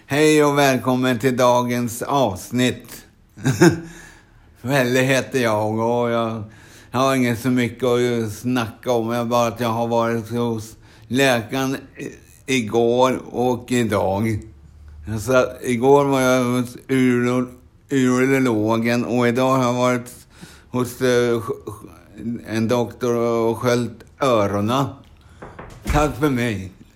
Hej och välkommen till dagens avsnitt. Felle heter jag och jag har inget så mycket att snacka om. Jag bara att jag har varit hos läkaren igår och idag. Så igår var jag hos urologen och idag har jag varit hos en doktor och sköljt öronen. Tack för mig.